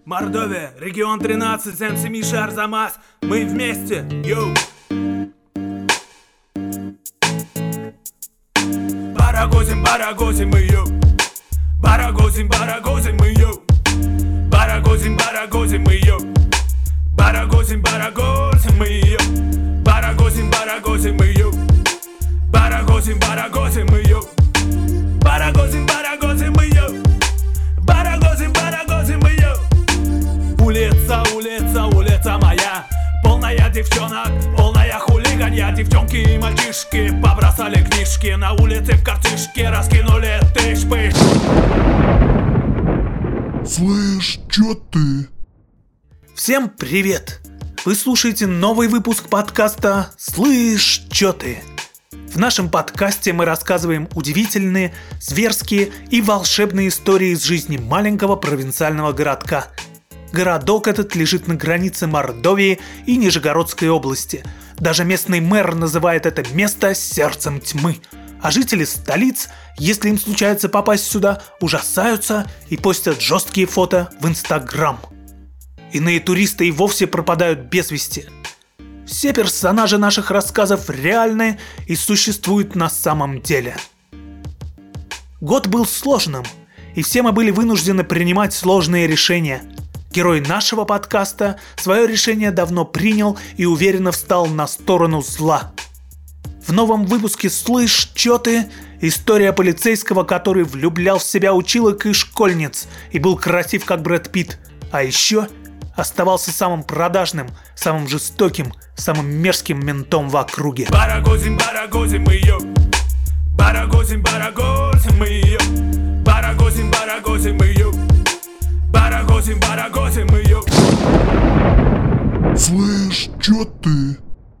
Мордовия, регион 13, МС Миша Арзамас. Мы вместе, йоу. Барагозим, барагозим мы, йоу. Барагозим, барагозим мы, йоу. Барагозим, барагозим мы, йоу. Барагозим, барагозим мы, йоу. Барагозим, барагозим мы, йоу. Барагозим, барагозим мы, йоу. Барагозим, барагозим мы, йоу. Барагозим, барагозим мы, йоу. Улица, улица, улица моя, полная девчонок, полная хулиганья. Девчонки и мальчишки побросали книжки, на улице в картишке раскинули тыш-пыш. Слышь, чё ты? Всем привет! Вы слушаете новый выпуск подкаста «Слышь, чё ты?». В нашем подкасте мы рассказываем удивительные, зверские и волшебные истории из жизни маленького провинциального городка. Городок этот лежит на границе Мордовии и Нижегородской области. Даже местный мэр называет это место сердцем тьмы. А жители столиц, если им случается попасть сюда, ужасаются и постят жесткие фото в Инстаграм. Иные туристы и вовсе пропадают без вести. Все персонажи наших рассказов реальны и существуют на самом деле. Год был сложным, и все мы были вынуждены принимать сложные решения. Герой нашего подкаста свое решение давно принял и уверенно встал на сторону зла. В новом выпуске «Слышь, чё ты?» история полицейского, который влюблял в себя училок и школьниц и был красив как Брэд Питт, а еще оставался самым продажным, самым жестоким, самым мерзким ментом в округе. Барагозим, барагозим мы, йоу. Барагозим, барагозим мы, йоу. Барагозим, барагозим мы, йоу. Барагозим, барагозим мы, йоу. Слышь, чё ты?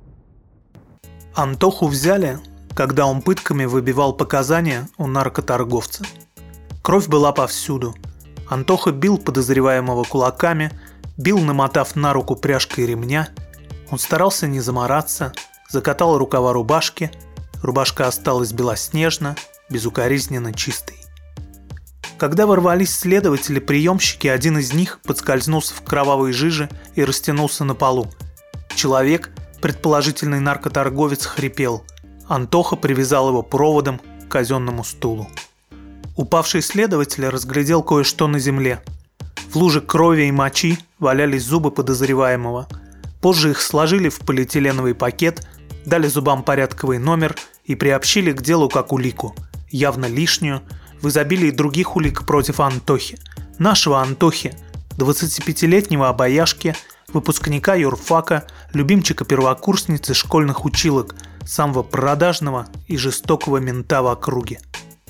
Антоху взяли, когда он пытками выбивал показания у наркоторговца. Кровь была повсюду. Антоха бил подозреваемого кулаками, бил, намотав на руку пряжкой ремня. Он старался не замораться, закатал рукава рубашки. Рубашка осталась белоснежно, безукоризненно чистой. Когда ворвались следователи-приемщики, один из них подскользнулся в кровавой жиже и растянулся на полу. Человек, предположительный наркоторговец, хрипел. Антоха привязал его проводом к казенному стулу. Упавший следователь разглядел кое-что на земле. В луже крови и мочи валялись зубы подозреваемого. Позже их сложили в полиэтиленовый пакет, дали зубам порядковый номер и приобщили к делу как улику, явно лишнюю, в изобилии других улик против Антохи. Нашего Антохи, 25-летнего обаяшки, выпускника юрфака, любимчика первокурсницы школьных училок, самого продажного и жестокого мента в округе.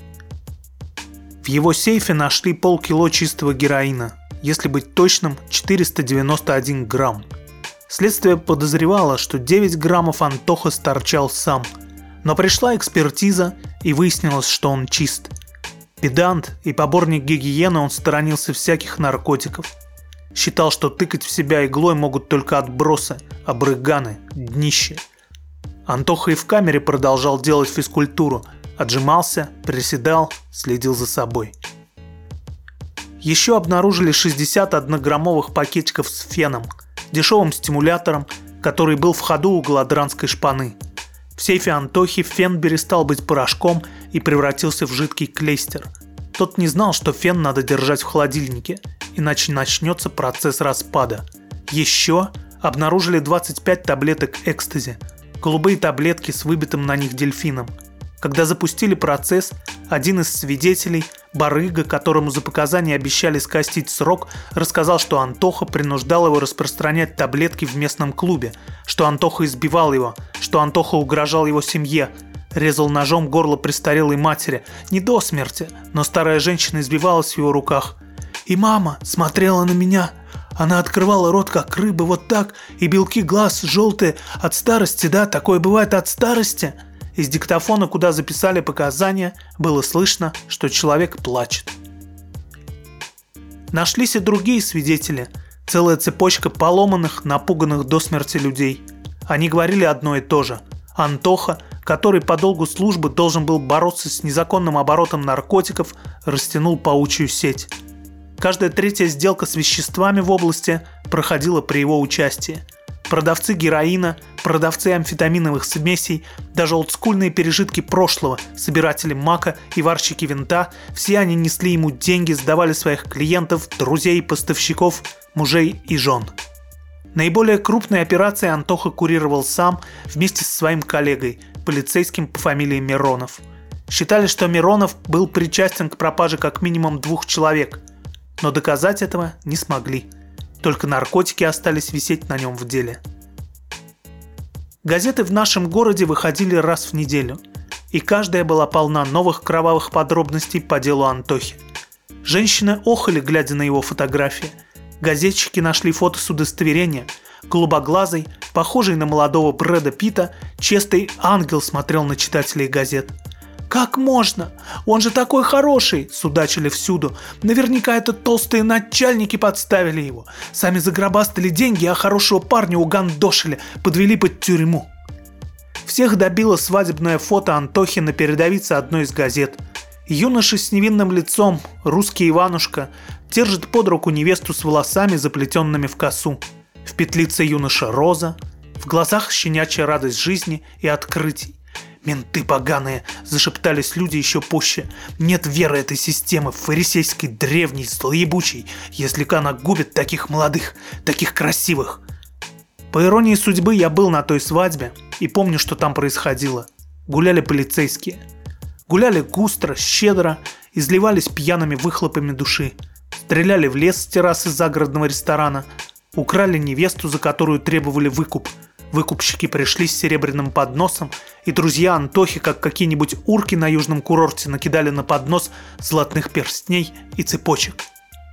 В его сейфе нашли полкило чистого героина, если быть точным, 491 грамм. Следствие подозревало, что 9 граммов Антоха сторчал сам, но пришла экспертиза и выяснилось, что он чист. Педант и поборник гигиены, он сторонился всяких наркотиков. Считал, что тыкать в себя иглой могут только отбросы, обрыганы, днище. Антоха и в камере продолжал делать физкультуру, отжимался, приседал, следил за собой. Еще обнаружили 60 однограммовых пакетиков с феном, дешевым стимулятором, который был в ходу у голодранской шпаны. В сейфе Антохи фен перестал быть порошком и превратился в жидкий клейстер. Тот не знал, что фен надо держать в холодильнике, иначе начнется процесс распада. Еще обнаружили 25 таблеток экстази, голубые таблетки с выбитым на них дельфином. Когда запустили процесс, один из свидетелей, барыга, которому за показания обещали скостить срок, рассказал, что Антоха принуждал его распространять таблетки в местном клубе, что Антоха избивал его, что Антоха угрожал его семье, резал ножом горло престарелой матери, не до смерти, но старая женщина избивалась в его руках. И мама смотрела на меня. Она открывала рот, как рыба, вот так, и белки глаз желтые от старости, да, такое бывает от старости. Из диктофона, куда записали показания, было слышно, что человек плачет. Нашлись и другие свидетели, целая цепочка поломанных, напуганных до смерти людей. Они говорили одно и то же. Антоха, который по долгу службы должен был бороться с незаконным оборотом наркотиков, растянул паучью сеть. Каждая третья сделка с веществами в области проходила при его участии. Продавцы героина, продавцы амфетаминовых смесей, даже олдскульные пережитки прошлого, собиратели мака и варщики винта, все они несли ему деньги, сдавали своих клиентов, друзей, поставщиков, мужей и жен. Наиболее крупные операции Антоха курировал сам вместе со своим коллегой, полицейским по фамилии Миронов. Считали, что Миронов был причастен к пропаже как минимум 2 человек, но доказать этого не смогли. Только наркотики остались висеть на нем в деле. Газеты в нашем городе выходили раз в неделю, и каждая была полна новых кровавых подробностей по делу Антохи. Женщины охали, глядя на его фотографии. Газетчики нашли фото с удостоверения. Голубоглазый, похожий на молодого Брэда Питта, честный ангел смотрел на читателей газет. «Как можно? Он же такой хороший!» – судачили всюду. «Наверняка это толстые начальники подставили его. Сами загробастали деньги, а хорошего парня угандошили, подвели под тюрьму». Всех добило свадебное фото Антохи на передовице одной из газет. Юноша с невинным лицом, русский Иванушка, держит под руку невесту с волосами, заплетенными в косу. В петлице юноша Роза, в глазах щенячья радость жизни и открытий. «Менты поганые!» – зашептались люди еще пуще. «Нет веры этой системы, фарисейской, древней, злоебучей, если она губит таких молодых, таких красивых!» По иронии судьбы, я был на той свадьбе и помню, что там происходило. Гуляли полицейские. Гуляли густро, щедро, изливались пьяными выхлопами души. Стреляли в лес с террасы загородного ресторана. Украли невесту, за которую требовали выкуп. Выкупщики пришли с серебряным подносом, и друзья Антохи, как какие-нибудь урки на южном курорте, накидали на поднос золотых перстней и цепочек.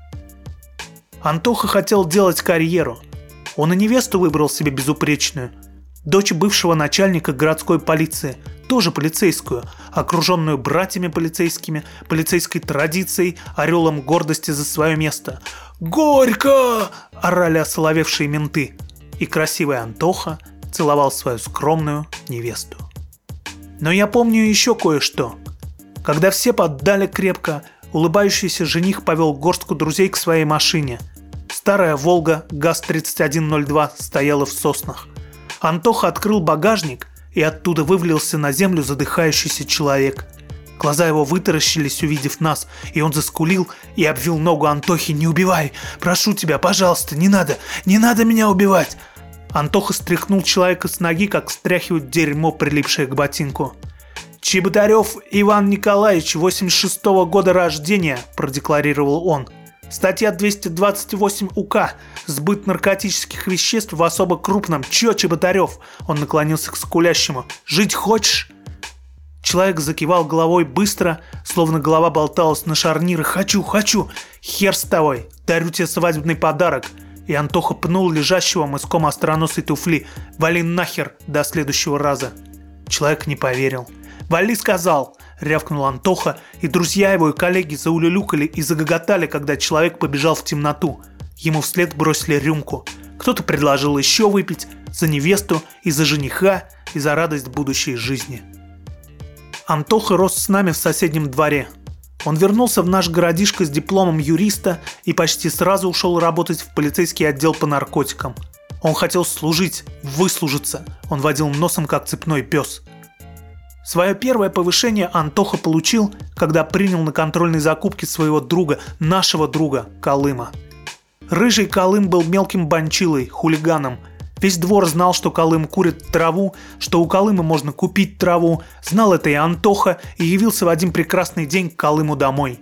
Антоха хотел делать карьеру. Он и невесту выбрал себе безупречную. Дочь бывшего начальника городской полиции, тоже полицейскую, окруженную братьями полицейскими, полицейской традицией, орелом гордости за свое место. «Горько!» – орали осоловевшие менты. И красивый Антоха целовал свою скромную невесту. Но я помню еще кое-что. Когда все поддали крепко, улыбающийся жених повел горстку друзей к своей машине. Старая «Волга» ГАЗ-3102 стояла в соснах. Антоха открыл багажник, и оттуда вывалился на землю задыхающийся человек. Глаза его вытаращились, увидев нас, и он заскулил и обвил ногу Антохи. «Не убивай! Прошу тебя, пожалуйста, не надо меня убивать!» Антоха стряхнул человека с ноги, как стряхивают дерьмо, прилипшее к ботинку. «Чеботарев Иван Николаевич, 86-го года рождения», – продекларировал он. «Статья 228 УК. Сбыт наркотических веществ в особо крупном. Чё, Чеботарев?» Он наклонился к скулящему. «Жить хочешь?» Человек закивал головой быстро, словно голова болталась на шарнирах. «Хочу! Хер с тобой! Дарю тебе свадебный подарок!» И Антоха пнул лежащего мыском остроносой туфли. «Вали нахер до следующего раза!» Человек не поверил. «Вали, сказал!» — рявкнул Антоха, и друзья его и коллеги заулюлюкали и загоготали, когда человек побежал в темноту. Ему вслед бросили рюмку. Кто-то предложил еще выпить за невесту и за жениха, и за радость будущей жизни. Антоха рос с нами в соседнем дворе. Он вернулся в наш городишко с дипломом юриста и почти сразу ушел работать в полицейский отдел по наркотикам. Он хотел служить, выслужиться. Он водил носом, как цепной пес. Свое первое повышение Антоха получил, когда принял на контрольной закупке своего друга, нашего друга, Колыма. Рыжий Колым был мелким банчилой, хулиганом. Весь двор знал, что Колым курит траву, что у Колыма можно купить траву. Знал это и Антоха, и явился в один прекрасный день к Колыму домой.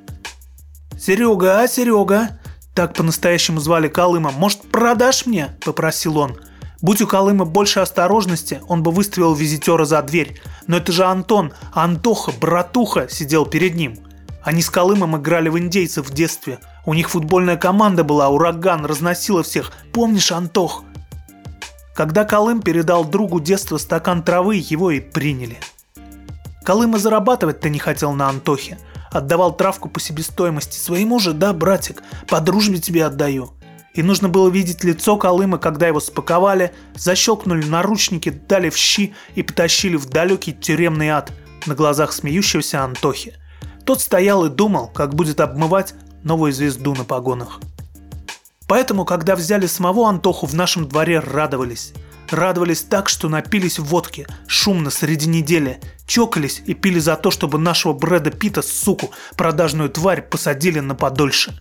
«Серега, так по-настоящему звали Колыма, может, продашь мне?» – попросил он. Будь у Колыма больше осторожности, он бы выставил визитера за дверь. Но это же Антон, Антоха, братуха, сидел перед ним. Они с Колымом играли в индейцев в детстве. У них футбольная команда была, ураган, разносила всех. Помнишь, Антох? Когда Колым передал другу детства стакан травы, его и приняли. Колым и зарабатывать-то не хотел на Антохе. Отдавал травку по себестоимости. Своему же, да, братик, по дружбе тебе отдаю. И нужно было видеть лицо Колыма, когда его спаковали, защелкнули наручники, дали в щи и потащили в далекий тюремный ад на глазах смеющегося Антохи. Тот стоял и думал, как будет обмывать новую звезду на погонах. Поэтому, когда взяли самого Антоху, в нашем дворе радовались. Радовались так, что напились водки, шумно среди недели, чокались и пили за то, чтобы нашего Брэда Питта, суку, продажную тварь, посадили на подольше.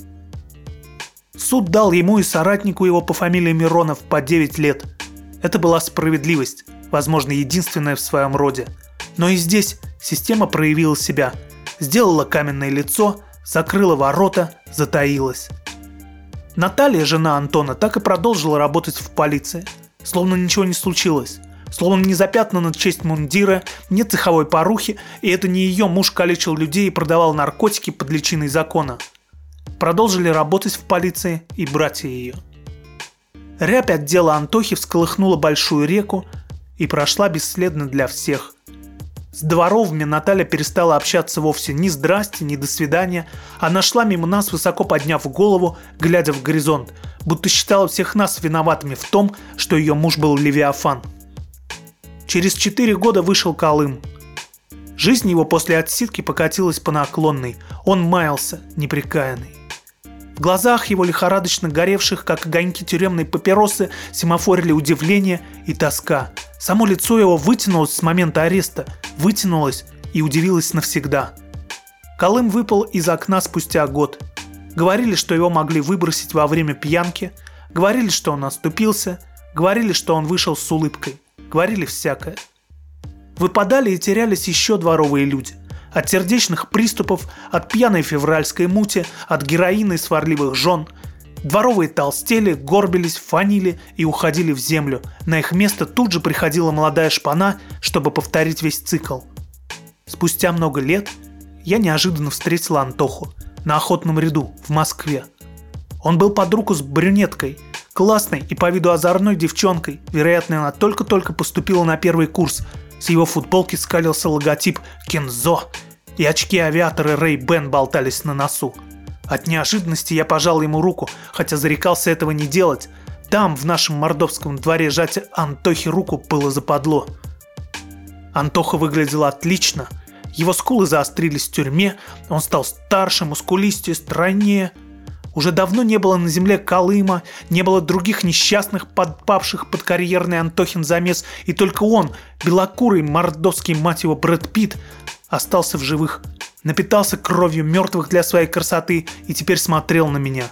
Суд дал ему и соратнику его по фамилии Миронов по 9 лет. Это была справедливость, возможно, единственная в своем роде. Но и здесь система проявила себя, сделала каменное лицо, закрыла ворота, затаилась. Наталья, жена Антона, так и продолжила работать в полиции, словно ничего не случилось, словно не запятнана честь мундира, нет цеховой порухи, и это не ее муж калечил людей и продавал наркотики под личиной закона. Продолжили работать в полиции и братья ее. Рябь от дела Антохи всколыхнула большую реку и прошла бесследно для всех. С Дворовыми Наталья перестала общаться вовсе ни здрасте, ни до свидания. Она шла мимо нас, высоко подняв голову, глядя в горизонт, будто считала всех нас виноватыми в том, что ее муж был Левиафан. Через 4 года вышел Колым. Жизнь его после отсидки покатилась по наклонной. Он маялся, непрекаянный. В глазах его, лихорадочно горевших, как огоньки тюремной папиросы, семафорили удивление и тоска. Само лицо его вытянулось с момента ареста, вытянулось и удивилось навсегда. Колым выпал из окна спустя год. Говорили, что его могли выбросить во время пьянки, говорили, что он оступился, говорили, что он вышел с улыбкой, говорили всякое. Выпадали и терялись еще дворовые люди. От сердечных приступов, от пьяной февральской мути, от героина и сварливых жен. Дворовые толстели, горбились, фанили и уходили в землю. На их место тут же приходила молодая шпана, чтобы повторить весь цикл. Спустя много лет я неожиданно встретил Антоху на охотном ряду в Москве. Он был под руку с брюнеткой, классной и по виду озорной девчонкой. Вероятно, она только-только поступила на первый курс. С его футболки скалился логотип «Кензо», и очки-авиаторы Ray-Ban болтались на носу. От неожиданности я пожал ему руку, хотя зарекался этого не делать. Там, в нашем мордовском дворе, жать Антохе руку было западло. Антоха выглядел отлично. Его скулы заострились в тюрьме, он стал старше, мускулистее, стройнее. Уже давно не было на земле Колыма, не было других несчастных, подпавших под карьерный Антохин замес, и только он, белокурый мордовский, мать его, Брэд Питт, остался в живых, напитался кровью мертвых для своей красоты и теперь смотрел на меня.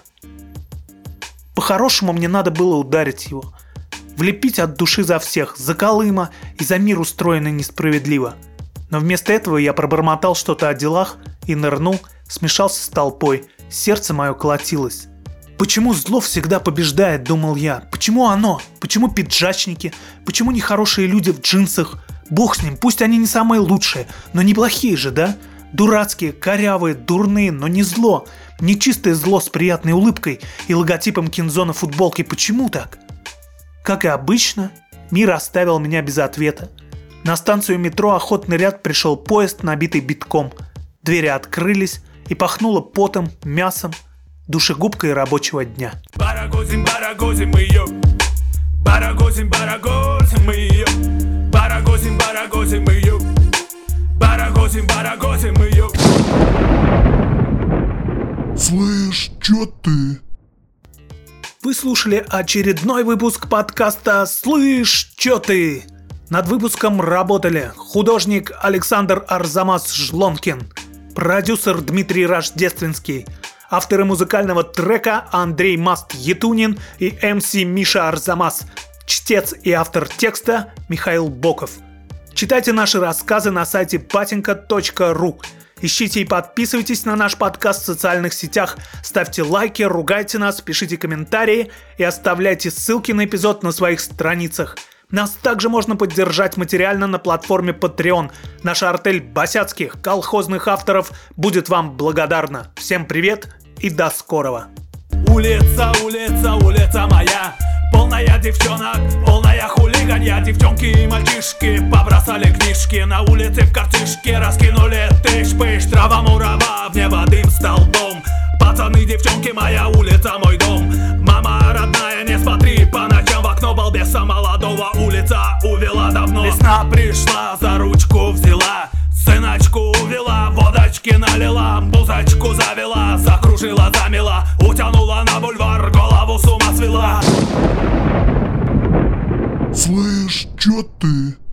По-хорошему мне надо было ударить его, влепить от души за всех, за Колыма и за мир, устроенный несправедливо. Но вместо этого я пробормотал что-то о делах и нырнул, смешался с толпой. Сердце мое колотилось. Почему зло всегда побеждает, думал я. Почему оно? Почему пиджачники? Почему нехорошие люди в джинсах? Бог с ним, пусть они не самые лучшие, но неплохие же, да? Дурацкие, корявые, дурные, но не зло. Нечистое зло с приятной улыбкой и логотипом Кензо на футболке. Почему так? Как и обычно, мир оставил меня без ответа. На станцию метро «Охотный ряд» пришел поезд, набитый битком. Двери открылись, и пахнуло потом, мясом, душегубкой рабочего дня. Барагозим, барагозим мы ее. Барагозим, барагозим мы ее. Барагозим, барагозим мы ее. Барагозим, барагозим мы ее. Слышь, чё ты? Вы слушали очередной выпуск подкаста «Слышь, чё ты?». Над выпуском работали художник Александр Арзамас-Жлонкин, продюсер Дмитрий Рождественский, авторы музыкального трека Андрей Маст-Етунин и МС Миша Арзамас, чтец и автор текста Михаил Боков. Читайте наши рассказы на сайте batinka.ru. Ищите и подписывайтесь на наш подкаст в социальных сетях, ставьте лайки, ругайте нас, пишите комментарии и оставляйте ссылки на эпизод на своих страницах. Нас также можно поддержать материально на платформе Patreon. Наша артель босяцких колхозных авторов будет вам благодарна. Всем привет и до скорого. Улица, улица, улица моя, полная девчонок, полная хулиганья. Девчонки и мальчишки побросали книжки, на улице в картишке раскинули тыш-пыш. Трава мурава, в небо дым столбом. Пацаны, девчонки, моя улица, мой дом. Мама родная, не смотри по ночам в окно, балбеса молодого улица увела давно. Весна пришла, за ручку взяла, сыночку увела, водочки налила, музычку завела, закружила. закружила, замела, утянула на бульвар, голову с ума свела. Слышь, чё ты?